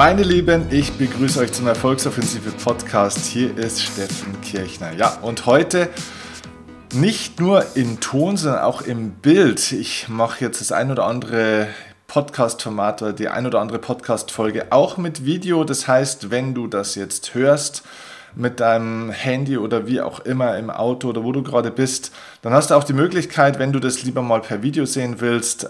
Meine Lieben, ich begrüße euch zum Erfolgsoffensive Podcast. Hier ist Steffen Kirchner. Ja, und heute nicht nur in Ton, sondern auch im Bild. Ich mache jetzt das ein oder andere Podcast-Format oder die ein oder andere Podcast-Folge auch mit Video. Das heißt, wenn du das jetzt hörst mit deinem Handy oder wie auch immer im Auto oder wo du gerade bist, dann hast du auch die Möglichkeit, wenn du das lieber mal per Video sehen willst,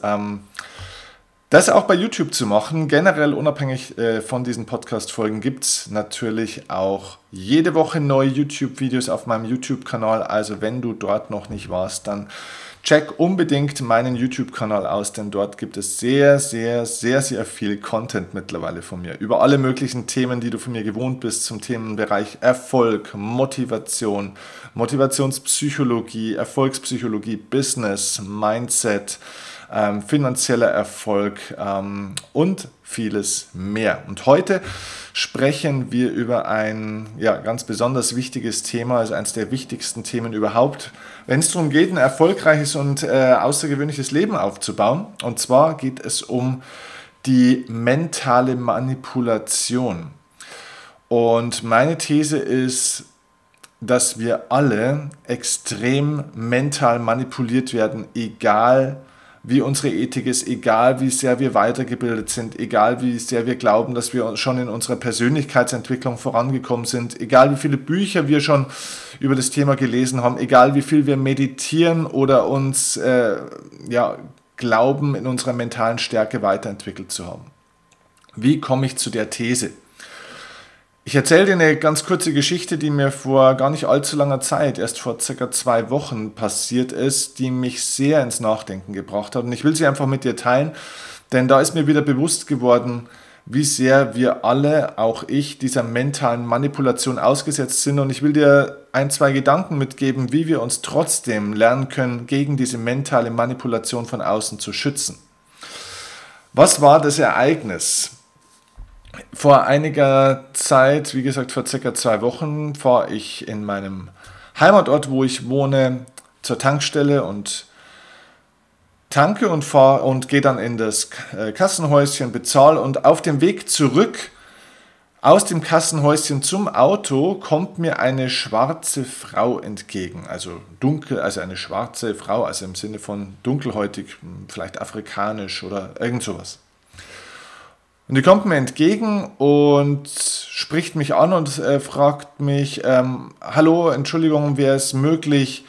das auch bei YouTube zu machen. Generell unabhängig von diesen Podcast-Folgen gibt es natürlich auch jede Woche neue YouTube-Videos auf meinem YouTube-Kanal. Also wenn du dort noch nicht warst, dann check unbedingt meinen YouTube-Kanal aus, denn dort gibt es sehr viel Content mittlerweile von mir. Über alle möglichen Themen, die du von mir gewohnt bist, zum Themenbereich Erfolg, Motivation, Motivationspsychologie, Erfolgspsychologie, Business, Mindset, finanzieller Erfolg und vieles mehr. Und heute sprechen wir über ein ganz besonders wichtiges Thema, also eines der wichtigsten Themen überhaupt, wenn es darum geht, ein erfolgreiches und außergewöhnliches Leben aufzubauen. Und zwar geht es um die mentale Manipulation. Und meine These ist, dass wir alle extrem mental manipuliert werden, egal wie unsere Ethik ist, egal wie sehr wir weitergebildet sind, egal wie sehr wir glauben, dass wir schon in unserer Persönlichkeitsentwicklung vorangekommen sind, egal wie viele Bücher wir schon über das Thema gelesen haben, egal wie viel wir meditieren oder uns glauben, in unserer mentalen Stärke weiterentwickelt zu haben. Wie komme ich zu der These? Ich erzähle dir eine ganz kurze Geschichte, die mir vor gar nicht allzu langer Zeit, erst vor circa 2 Wochen passiert ist, die mich sehr ins Nachdenken gebracht hat. Und ich will sie einfach mit dir teilen, denn da ist mir wieder bewusst geworden, wie sehr wir alle, auch ich, dieser mentalen Manipulation ausgesetzt sind. Und ich will dir 1, 2 Gedanken mitgeben, wie wir uns trotzdem lernen können, gegen diese mentale Manipulation von außen zu schützen. Was war das Ereignis? Vor einiger Zeit, wie gesagt vor circa 2 Wochen, fahre ich in meinem Heimatort, wo ich wohne, zur Tankstelle und tanke und gehe dann in das Kassenhäuschen, bezahle, und auf dem Weg zurück aus dem Kassenhäuschen zum Auto kommt mir eine schwarze Frau entgegen, also dunkel, also eine schwarze Frau, also im Sinne von dunkelhäutig, vielleicht afrikanisch oder irgend sowas. Und die kommt mir entgegen und spricht mich an und fragt mich, hallo, Entschuldigung, wäre es möglich,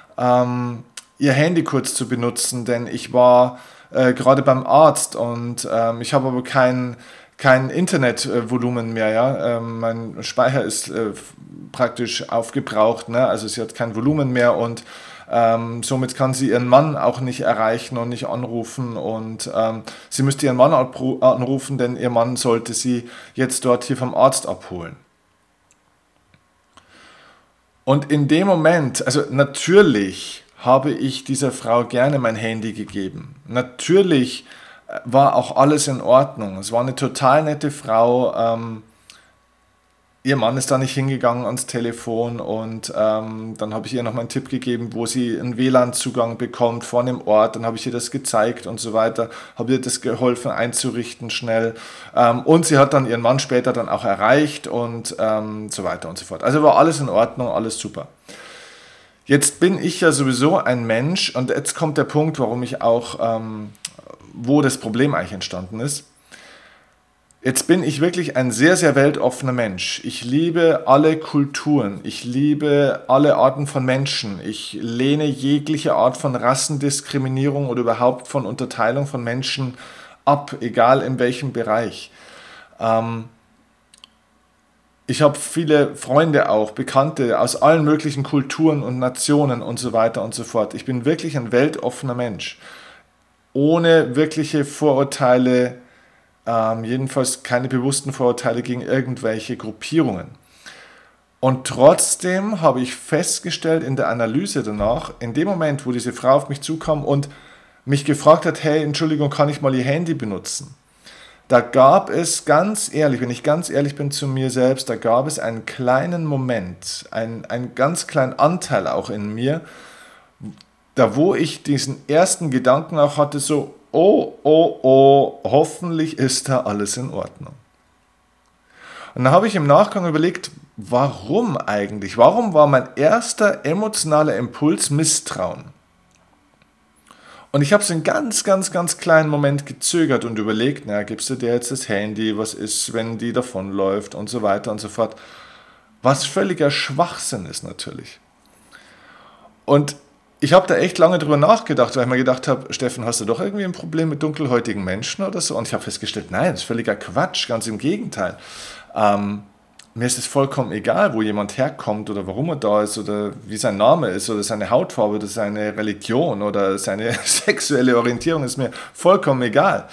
Ihr Handy kurz zu benutzen, denn ich war gerade beim Arzt und ich habe aber kein Internetvolumen mehr. Ja? Mein Speicher ist praktisch aufgebraucht, ne? Also sie hat kein Volumen mehr und somit kann sie ihren Mann auch nicht erreichen und nicht anrufen und sie müsste ihren Mann anrufen, denn ihr Mann sollte sie jetzt dort hier vom Arzt abholen. Und in dem Moment, also natürlich habe ich dieser Frau gerne mein Handy gegeben. Natürlich war auch alles in Ordnung. Es war eine total nette Frau. Ihr Mann ist da nicht hingegangen ans Telefon und dann habe ich ihr nochmal einen Tipp gegeben, wo sie einen WLAN-Zugang bekommt vor einem Ort. Dann habe ich ihr das gezeigt und so weiter, habe ihr das geholfen einzurichten schnell. Und sie hat dann ihren Mann später dann auch erreicht und so weiter und so fort. Also war alles in Ordnung, alles super. Jetzt bin ich ja sowieso ein Mensch und jetzt kommt der Punkt, warum ich auch, wo das Problem eigentlich entstanden ist. Jetzt bin ich wirklich ein sehr weltoffener Mensch. Ich liebe alle Kulturen, ich liebe alle Arten von Menschen. Ich lehne jegliche Art von Rassendiskriminierung oder überhaupt von Unterteilung von Menschen ab, egal in welchem Bereich. Ich habe viele Freunde auch, Bekannte aus allen möglichen Kulturen und Nationen und so weiter und so fort. Ich bin wirklich ein weltoffener Mensch, ohne wirkliche Vorurteile, jedenfalls keine bewussten Vorurteile gegen irgendwelche Gruppierungen. Und trotzdem habe ich festgestellt in der Analyse danach, in dem Moment, wo diese Frau auf mich zukam und mich gefragt hat, hey, Entschuldigung, kann ich mal Ihr Handy benutzen? Da gab es, ganz ehrlich, wenn ich ganz ehrlich bin zu mir selbst, da gab es einen kleinen Moment, einen ganz kleinen Anteil auch in mir, da wo ich diesen ersten Gedanken auch hatte, so, oh, hoffentlich ist da alles in Ordnung. Und dann habe ich im Nachgang überlegt, warum eigentlich? Warum war mein erster emotionaler Impuls Misstrauen? Und ich habe so einen ganz, ganz, ganz kleinen Moment gezögert und überlegt, na, gibst du dir jetzt das Handy, was ist, wenn die davonläuft und so weiter und so fort. Was völliger Schwachsinn ist natürlich. Und ich habe da echt lange drüber nachgedacht, weil ich mir gedacht habe, Steffen, hast du doch irgendwie ein Problem mit dunkelhäutigen Menschen oder so? Und ich habe festgestellt, nein, das ist völliger Quatsch, ganz im Gegenteil. Mir ist es vollkommen egal, wo jemand herkommt oder warum er da ist oder wie sein Name ist oder seine Hautfarbe oder seine Religion oder seine sexuelle Orientierung, ist mir vollkommen egal.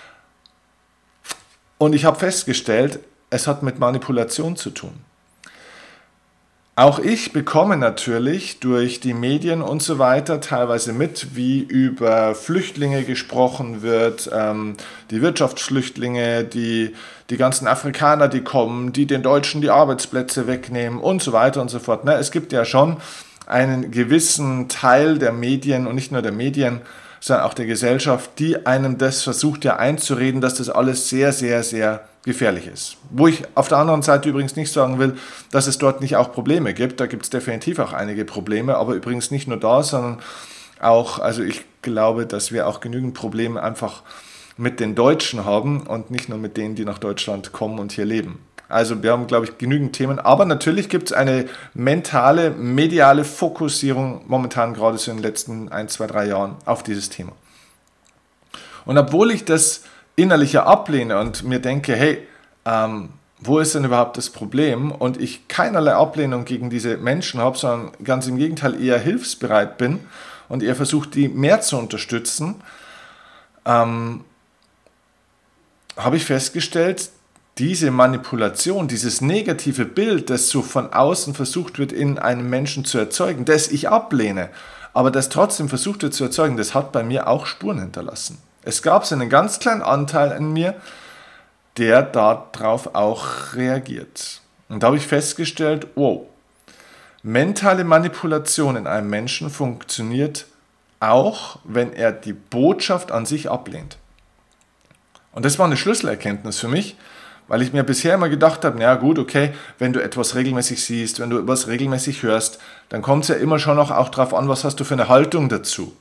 Und ich habe festgestellt, es hat mit Manipulation zu tun. Auch ich bekomme natürlich durch die Medien und so weiter teilweise mit, wie über Flüchtlinge gesprochen wird, die Wirtschaftsflüchtlinge, die ganzen Afrikaner, die kommen, die den Deutschen die Arbeitsplätze wegnehmen und so weiter und so fort. Es gibt ja schon einen gewissen Teil der Medien und nicht nur der Medien, sondern auch der Gesellschaft, die einem das versucht ja einzureden, dass das alles sehr, sehr, sehr gefährlich ist. Wo ich auf der anderen Seite übrigens nicht sagen will, dass es dort nicht auch Probleme gibt. Da gibt es definitiv auch einige Probleme, aber übrigens nicht nur da, sondern auch, also ich glaube, dass wir auch genügend Probleme einfach mit den Deutschen haben und nicht nur mit denen, die nach Deutschland kommen und hier leben. Also wir haben, glaube ich, genügend Themen, aber natürlich gibt es eine mentale, mediale Fokussierung momentan gerade so in den letzten 1, 2, 3 Jahren auf dieses Thema. Und obwohl ich das innerlicher ablehne und mir denke, hey, wo ist denn überhaupt das Problem? Und ich keinerlei Ablehnung gegen diese Menschen habe, sondern ganz im Gegenteil eher hilfsbereit bin und eher versuche, die mehr zu unterstützen, habe ich festgestellt, diese Manipulation, dieses negative Bild, das so von außen versucht wird, in einem Menschen zu erzeugen, das ich ablehne, aber das trotzdem versucht wird zu erzeugen, das hat bei mir auch Spuren hinterlassen. Es gab so einen ganz kleinen Anteil in mir, der darauf auch reagiert. Und da habe ich festgestellt, wow, mentale Manipulation in einem Menschen funktioniert auch, wenn er die Botschaft an sich ablehnt. Und das war eine Schlüsselerkenntnis für mich, weil ich mir bisher immer gedacht habe, na gut, okay, wenn du etwas regelmäßig siehst, wenn du etwas regelmäßig hörst, dann kommt es ja immer schon auch darauf an, was hast du für eine Haltung dazu.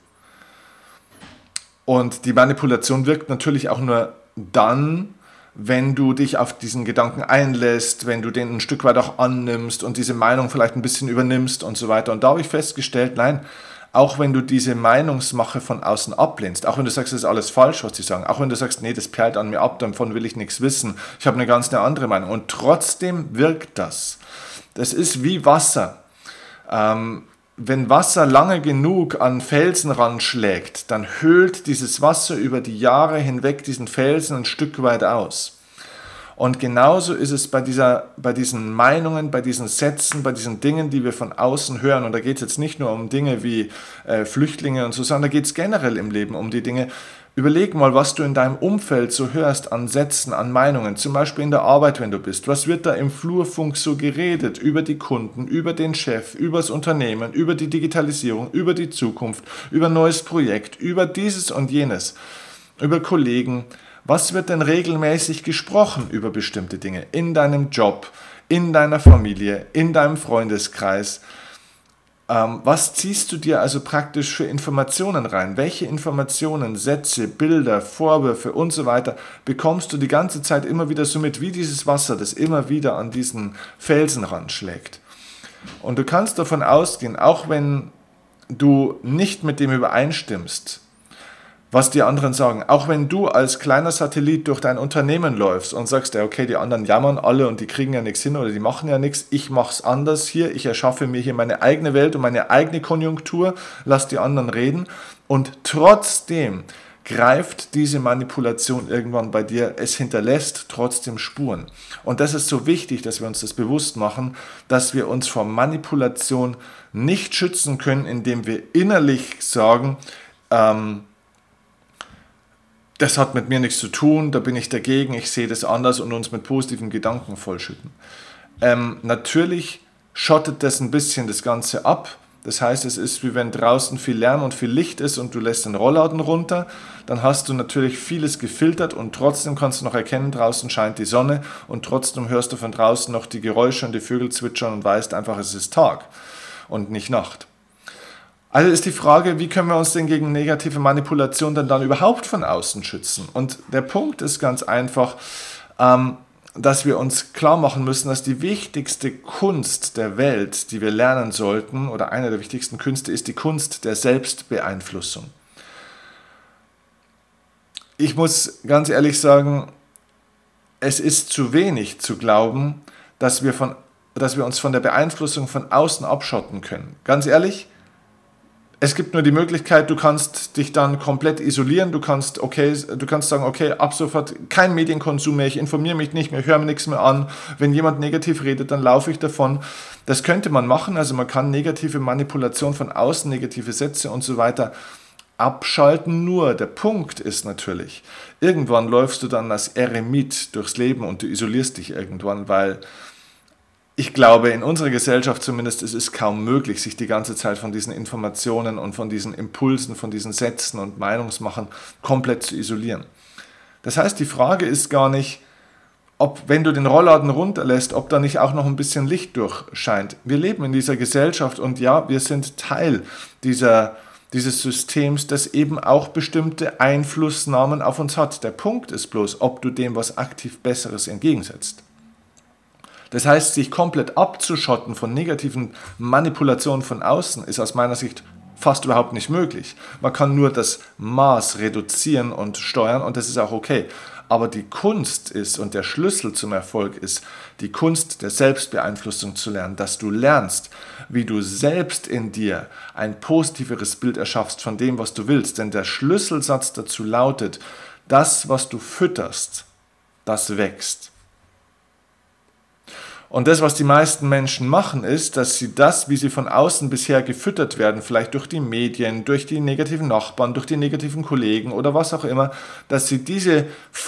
Und die Manipulation wirkt natürlich auch nur dann, wenn du dich auf diesen Gedanken einlässt, wenn du den ein Stück weit auch annimmst und diese Meinung vielleicht ein bisschen übernimmst und so weiter. Und da habe ich festgestellt, nein, auch wenn du diese Meinungsmache von außen ablehnst, auch wenn du sagst, das ist alles falsch, was die sagen, auch wenn du sagst, nee, das perlt an mir ab, davon will ich nichts wissen, ich habe eine ganz andere Meinung und trotzdem wirkt das. Das ist wie Wasser. Wenn Wasser lange genug an Felsen ranschlägt, dann höhlt dieses Wasser über die Jahre hinweg diesen Felsen ein Stück weit aus. Und genauso ist es bei diesen Meinungen, bei diesen Sätzen, bei diesen Dingen, die wir von außen hören. Und da geht es jetzt nicht nur um Dinge wie Flüchtlinge und so, sondern da geht es generell im Leben um die Dinge. Überleg mal, was du in deinem Umfeld so hörst an Sätzen, an Meinungen, zum Beispiel in der Arbeit, wenn du bist. Was wird da im Flurfunk so geredet über die Kunden, über den Chef, über das Unternehmen, über die Digitalisierung, über die Zukunft, über ein neues Projekt, über dieses und jenes, über Kollegen. Was wird denn regelmäßig gesprochen über bestimmte Dinge in deinem Job, in deiner Familie, in deinem Freundeskreis? Was ziehst du dir also praktisch für Informationen rein? Welche Informationen, Sätze, Bilder, Vorwürfe und so weiter bekommst du die ganze Zeit immer wieder so mit, wie dieses Wasser, das immer wieder an diesen Felsen ranschlägt? Und du kannst davon ausgehen, auch wenn du nicht mit dem übereinstimmst, was die anderen sagen. Auch wenn du als kleiner Satellit durch dein Unternehmen läufst und sagst, ja okay, die anderen jammern alle und die kriegen ja nichts hin oder die machen ja nichts, ich mache es anders hier, ich erschaffe mir hier meine eigene Welt und meine eigene Konjunktur, lass die anderen reden und trotzdem greift diese Manipulation irgendwann bei dir, es hinterlässt trotzdem Spuren. Und das ist so wichtig, dass wir uns das bewusst machen, dass wir uns vor Manipulation nicht schützen können, indem wir innerlich sagen, das hat mit mir nichts zu tun, da bin ich dagegen, ich sehe das anders und uns mit positiven Gedanken vollschütten. Natürlich schottet das ein bisschen das Ganze ab, Das heißt, es ist wie wenn draußen viel Lärm und viel Licht ist und du lässt den Rollladen runter, dann hast du natürlich vieles gefiltert und trotzdem kannst du noch erkennen, draußen scheint die Sonne und trotzdem hörst du von draußen noch die Geräusche und die Vögel zwitschern und weißt einfach, es ist Tag und nicht Nacht. Also ist die Frage, wie können wir uns denn gegen negative Manipulation dann überhaupt von außen schützen? Und der Punkt ist ganz einfach, dass wir uns klar machen müssen, dass die wichtigste Kunst der Welt, die wir lernen sollten, oder eine der wichtigsten Künste, ist die Kunst der Selbstbeeinflussung. Ich muss ganz ehrlich sagen, es ist zu wenig zu glauben, dass wir uns von der Beeinflussung von außen abschotten können. Ganz ehrlich, es gibt nur die Möglichkeit, du kannst dich dann komplett isolieren, du kannst sagen, okay, ab sofort kein Medienkonsum mehr, ich informiere mich nicht mehr, ich höre mir nichts mehr an, wenn jemand negativ redet, dann laufe ich davon. Das könnte man machen, also man kann negative Manipulation von außen, negative Sätze und so weiter abschalten, nur der Punkt ist natürlich, irgendwann läufst du dann als Eremit durchs Leben und du isolierst dich irgendwann, weil ich glaube, in unserer Gesellschaft zumindest ist es kaum möglich, sich die ganze Zeit von diesen Informationen und von diesen Impulsen, von diesen Sätzen und Meinungsmachern komplett zu isolieren. Das heißt, die Frage ist gar nicht, ob, wenn du den Rollladen runterlässt, ob da nicht auch noch ein bisschen Licht durchscheint. Wir leben in dieser Gesellschaft und ja, wir sind Teil dieses Systems, das eben auch bestimmte Einflussnahmen auf uns hat. Der Punkt ist bloß, ob du dem was aktiv Besseres entgegensetzt. Das heißt, sich komplett abzuschotten von negativen Manipulationen von außen ist aus meiner Sicht fast überhaupt nicht möglich. Man kann nur das Maß reduzieren und steuern und das ist auch okay. Aber die Kunst ist und der Schlüssel zum Erfolg ist, die Kunst der Selbstbeeinflussung zu lernen, dass du lernst, wie du selbst in dir ein positiveres Bild erschaffst von dem, was du willst. Denn der Schlüsselsatz dazu lautet, das, was du fütterst, das wächst. Und das, was die meisten Menschen machen, ist, dass sie das, wie sie von außen bisher gefüttert werden, vielleicht durch die Medien, durch die negativen Nachbarn, durch die negativen Kollegen oder was auch immer, dass sie diese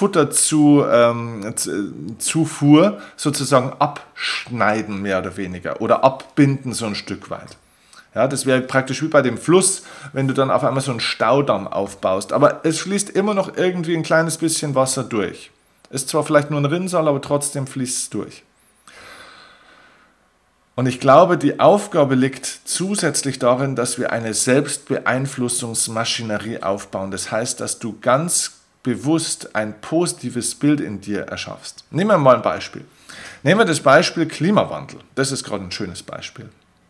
Futterzufuhr sozusagen abschneiden, mehr oder weniger, oder abbinden so ein Stück weit. Ja, das wäre praktisch wie bei dem Fluss, wenn du dann auf einmal so einen Staudamm aufbaust. Aber es fließt immer noch irgendwie ein kleines bisschen Wasser durch. Ist zwar vielleicht nur ein Rinnsal, aber trotzdem fließt es durch. Und ich glaube, die Aufgabe liegt zusätzlich darin, dass wir eine Selbstbeeinflussungsmaschinerie aufbauen. Das heißt, dass du ganz bewusst ein positives Bild in dir erschaffst. Nehmen wir mal ein Beispiel. Nehmen wir das Beispiel Klimawandel. Das ist gerade ein schönes Beispiel.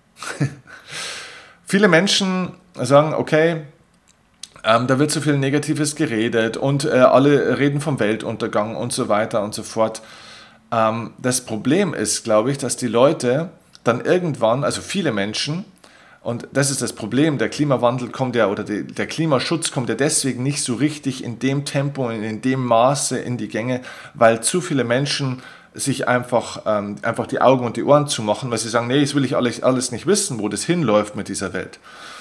Viele Menschen sagen, okay, da wird so viel Negatives geredet und alle reden vom Weltuntergang und so weiter und so fort. Das Problem ist, glaube ich, dass die Leute dann irgendwann, also viele Menschen, und das ist das Problem, der Klimawandel kommt ja, oder der Klimaschutz kommt ja deswegen nicht so richtig in dem Tempo und in dem Maße in die Gänge, weil zu viele Menschen sich einfach die Augen und die Ohren zumachen, weil sie sagen, nee, jetzt will ich alles nicht wissen, wo das hinläuft mit dieser Welt.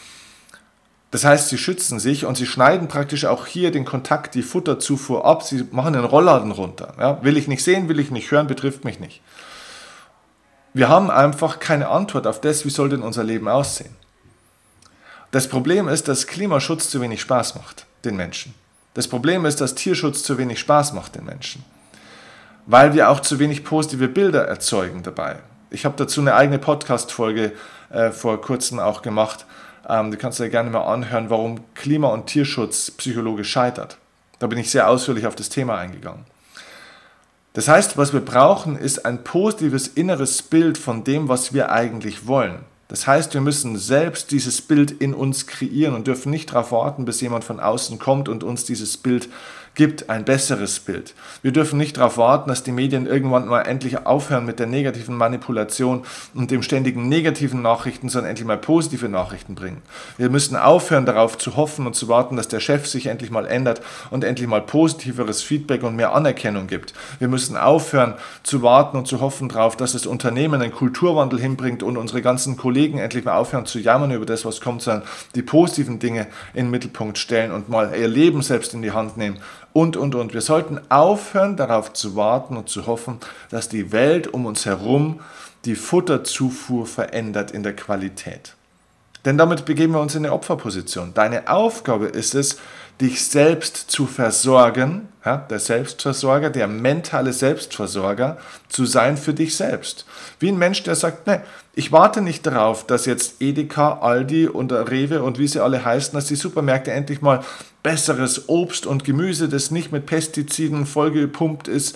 Das heißt, sie schützen sich und sie schneiden praktisch auch hier den Kontakt, die Futterzufuhr ab, sie machen den Rollladen runter. Ja? Will ich nicht sehen, will ich nicht hören, betrifft mich nicht. Wir haben einfach keine Antwort auf das, wie soll denn unser Leben aussehen. Das Problem ist, dass Klimaschutz zu wenig Spaß macht den Menschen. Das Problem ist, dass Tierschutz zu wenig Spaß macht den Menschen. Weil wir auch zu wenig positive Bilder erzeugen dabei. Ich habe dazu eine eigene Podcast-Folge vor kurzem auch gemacht. Die kannst du dir gerne mal anhören, warum Klima- und Tierschutz psychologisch scheitert. Da bin ich sehr ausführlich auf das Thema eingegangen. Das heißt, was wir brauchen, ist ein positives inneres Bild von dem, was wir eigentlich wollen. Das heißt, wir müssen selbst dieses Bild in uns kreieren und dürfen nicht darauf warten, bis jemand von außen kommt und uns dieses Bild gibt, ein besseres Bild. Wir dürfen nicht darauf warten, dass die Medien irgendwann mal endlich aufhören mit der negativen Manipulation und dem ständigen negativen Nachrichten, sondern endlich mal positive Nachrichten bringen. Wir müssen aufhören, darauf zu hoffen und zu warten, dass der Chef sich endlich mal ändert und endlich mal positiveres Feedback und mehr Anerkennung gibt. Wir müssen aufhören zu warten und zu hoffen darauf, dass das Unternehmen einen Kulturwandel hinbringt und unsere ganzen Kollegen endlich mal aufhören zu jammern über das, was kommt, sondern die positiven Dinge in den Mittelpunkt stellen und mal ihr Leben selbst in die Hand nehmen. Und. Wir sollten aufhören, darauf zu warten und zu hoffen, dass die Welt um uns herum die Futterzufuhr verändert in der Qualität. Denn damit begeben wir uns in eine Opferposition. Deine Aufgabe ist es, dich selbst zu versorgen, ja, der Selbstversorger, der mentale Selbstversorger zu sein für dich selbst. Wie ein Mensch, der sagt, nee, ich warte nicht darauf, dass jetzt Edeka, Aldi und Rewe und wie sie alle heißen, dass die Supermärkte endlich mal besseres Obst und Gemüse, das nicht mit Pestiziden vollgepumpt ist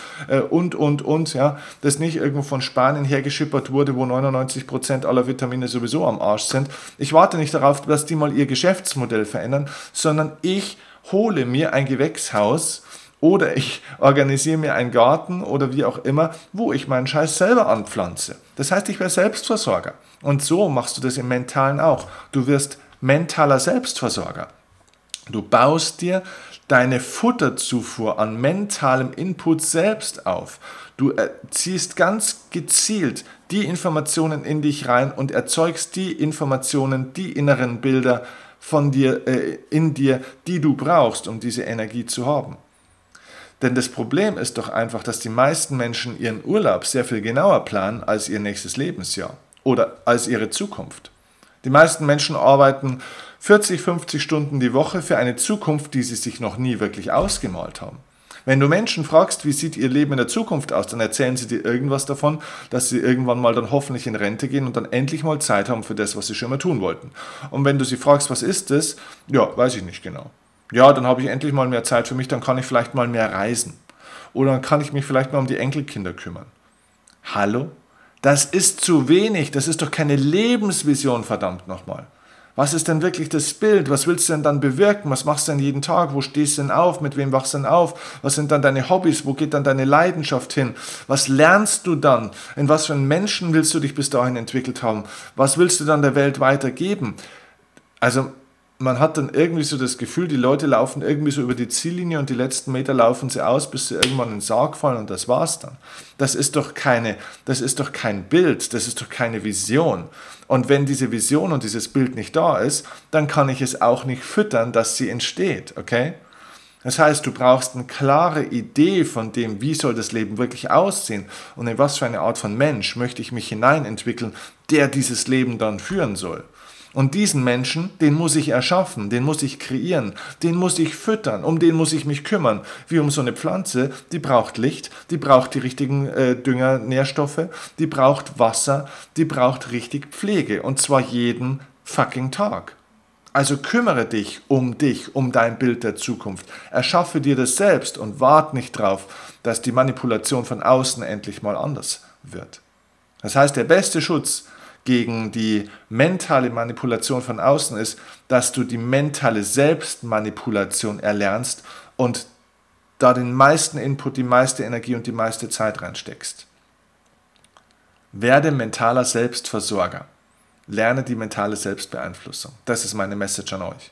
und, ja, das nicht irgendwo von Spanien hergeschippert wurde, wo 99% aller Vitamine sowieso am Arsch sind. Ich warte nicht darauf, dass die mal ihr Geschäftsmodell verändern, sondern ich hole mir ein Gewächshaus oder ich organisiere mir einen Garten oder wie auch immer, wo ich meinen Scheiß selber anpflanze. Das heißt, ich werde Selbstversorger. Und so machst du das im Mentalen auch. Du wirst mentaler Selbstversorger. Du baust dir deine Futterzufuhr an mentalem Input selbst auf. Du ziehst ganz gezielt die Informationen in dich rein und erzeugst die Informationen, die inneren Bilder von dir, in dir, die du brauchst, um diese Energie zu haben. Denn das Problem ist doch einfach, dass die meisten Menschen ihren Urlaub sehr viel genauer planen als ihr nächstes Lebensjahr oder als ihre Zukunft. Die meisten Menschen arbeiten 40, 50 Stunden die Woche für eine Zukunft, die sie sich noch nie wirklich ausgemalt haben. Wenn du Menschen fragst, wie sieht ihr Leben in der Zukunft aus, dann erzählen sie dir irgendwas davon, dass sie irgendwann mal dann hoffentlich in Rente gehen und dann endlich mal Zeit haben für das, was sie schon immer tun wollten. Und wenn du sie fragst, was ist das? Ja, weiß ich nicht genau. Ja, dann habe ich endlich mal mehr Zeit für mich, dann kann ich vielleicht mal mehr reisen. Oder dann kann ich mich vielleicht mal um die Enkelkinder kümmern. Hallo? Das ist zu wenig, das ist doch keine Lebensvision, verdammt nochmal. Was ist denn wirklich das Bild? Was willst du denn dann bewirken? Was machst du denn jeden Tag? Wo stehst du denn auf? Mit wem wachst du denn auf? Was sind dann deine Hobbys? Wo geht dann deine Leidenschaft hin? Was lernst du dann? In was für einen Menschen willst du dich bis dahin entwickelt haben? Was willst du dann der Welt weitergeben? Also man hat dann irgendwie so das Gefühl, die Leute laufen irgendwie so über die Ziellinie und die letzten Meter laufen sie aus, bis sie irgendwann in den Sarg fallen und das war's dann. Das ist doch kein Bild, das ist doch keine Vision. Und wenn diese Vision und dieses Bild nicht da ist, dann kann ich es auch nicht füttern, dass sie entsteht, okay? Das heißt, du brauchst eine klare Idee von dem, wie soll das Leben wirklich aussehen und in was für eine Art von Mensch möchte ich mich hineinentwickeln, der dieses Leben dann führen soll. Und diesen Menschen, den muss ich erschaffen, den muss ich kreieren, den muss ich füttern, um den muss ich mich kümmern. Wie um so eine Pflanze, die braucht Licht, die braucht die richtigen Dünger, Nährstoffe, die braucht Wasser, die braucht richtig Pflege. Und zwar jeden fucking Tag. Also kümmere dich, um dein Bild der Zukunft. Erschaffe dir das selbst und warte nicht drauf, dass die Manipulation von außen endlich mal anders wird. Das heißt, der beste Schutz gegen die mentale Manipulation von außen ist, dass du die mentale Selbstmanipulation erlernst und da den meisten Input, die meiste Energie und die meiste Zeit reinsteckst. Werde mentaler Selbstversorger. Lerne die mentale Selbstbeeinflussung. Das ist meine Message an euch.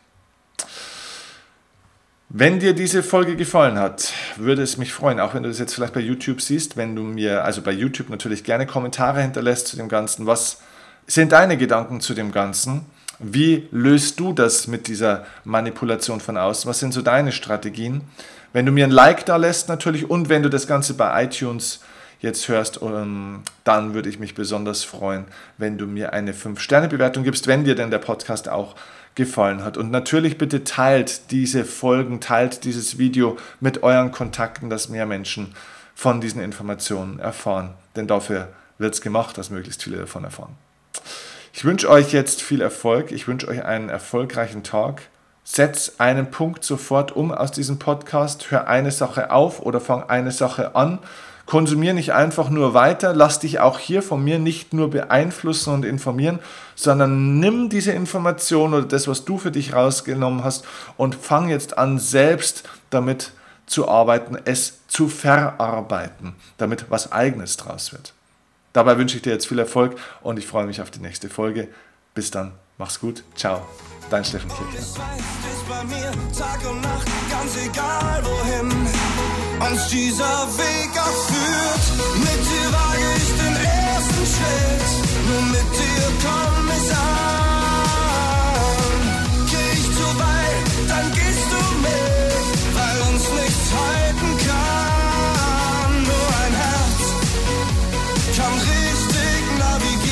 Wenn dir diese Folge gefallen hat, würde es mich freuen, auch wenn du das jetzt vielleicht bei YouTube siehst, wenn du mir, also bei YouTube natürlich gerne Kommentare hinterlässt zu dem Ganzen. Was sind deine Gedanken zu dem Ganzen? Wie löst du das mit dieser Manipulation von außen? Was sind so deine Strategien? Wenn du mir ein Like da lässt natürlich und wenn du das Ganze bei iTunes jetzt hörst, dann würde ich mich besonders freuen, wenn du mir eine 5-Sterne-Bewertung gibst, wenn dir denn der Podcast auch gefallen hat. Und natürlich bitte teilt diese Folgen, teilt dieses Video mit euren Kontakten, dass mehr Menschen von diesen Informationen erfahren. Denn dafür wird es gemacht, dass möglichst viele davon erfahren. Ich wünsche euch jetzt viel Erfolg. Ich wünsche euch einen erfolgreichen Tag. Setz einen Punkt sofort um aus diesem Podcast. Hör eine Sache auf oder fang eine Sache an. Konsumier nicht einfach nur weiter. Lass dich auch hier von mir nicht nur beeinflussen und informieren, sondern nimm diese Information oder das, was du für dich rausgenommen hast und fang jetzt an, selbst damit zu arbeiten, es zu verarbeiten, damit was Eigenes draus wird. Dabei wünsche ich dir jetzt viel Erfolg und ich freue mich auf die nächste Folge. Bis dann, mach's gut, ciao, dein Steffen Kirchner. Ist bei mir Tag und Nacht, ganz egal wohin uns dieser Weg auch führt. Mit dir wage ich den ersten Schritt, nur mit dir komm ich an. Geh ich zu weit, dann gehst du mit, weil uns nichts halten kann. Nur ein Herz kann richtig navigieren.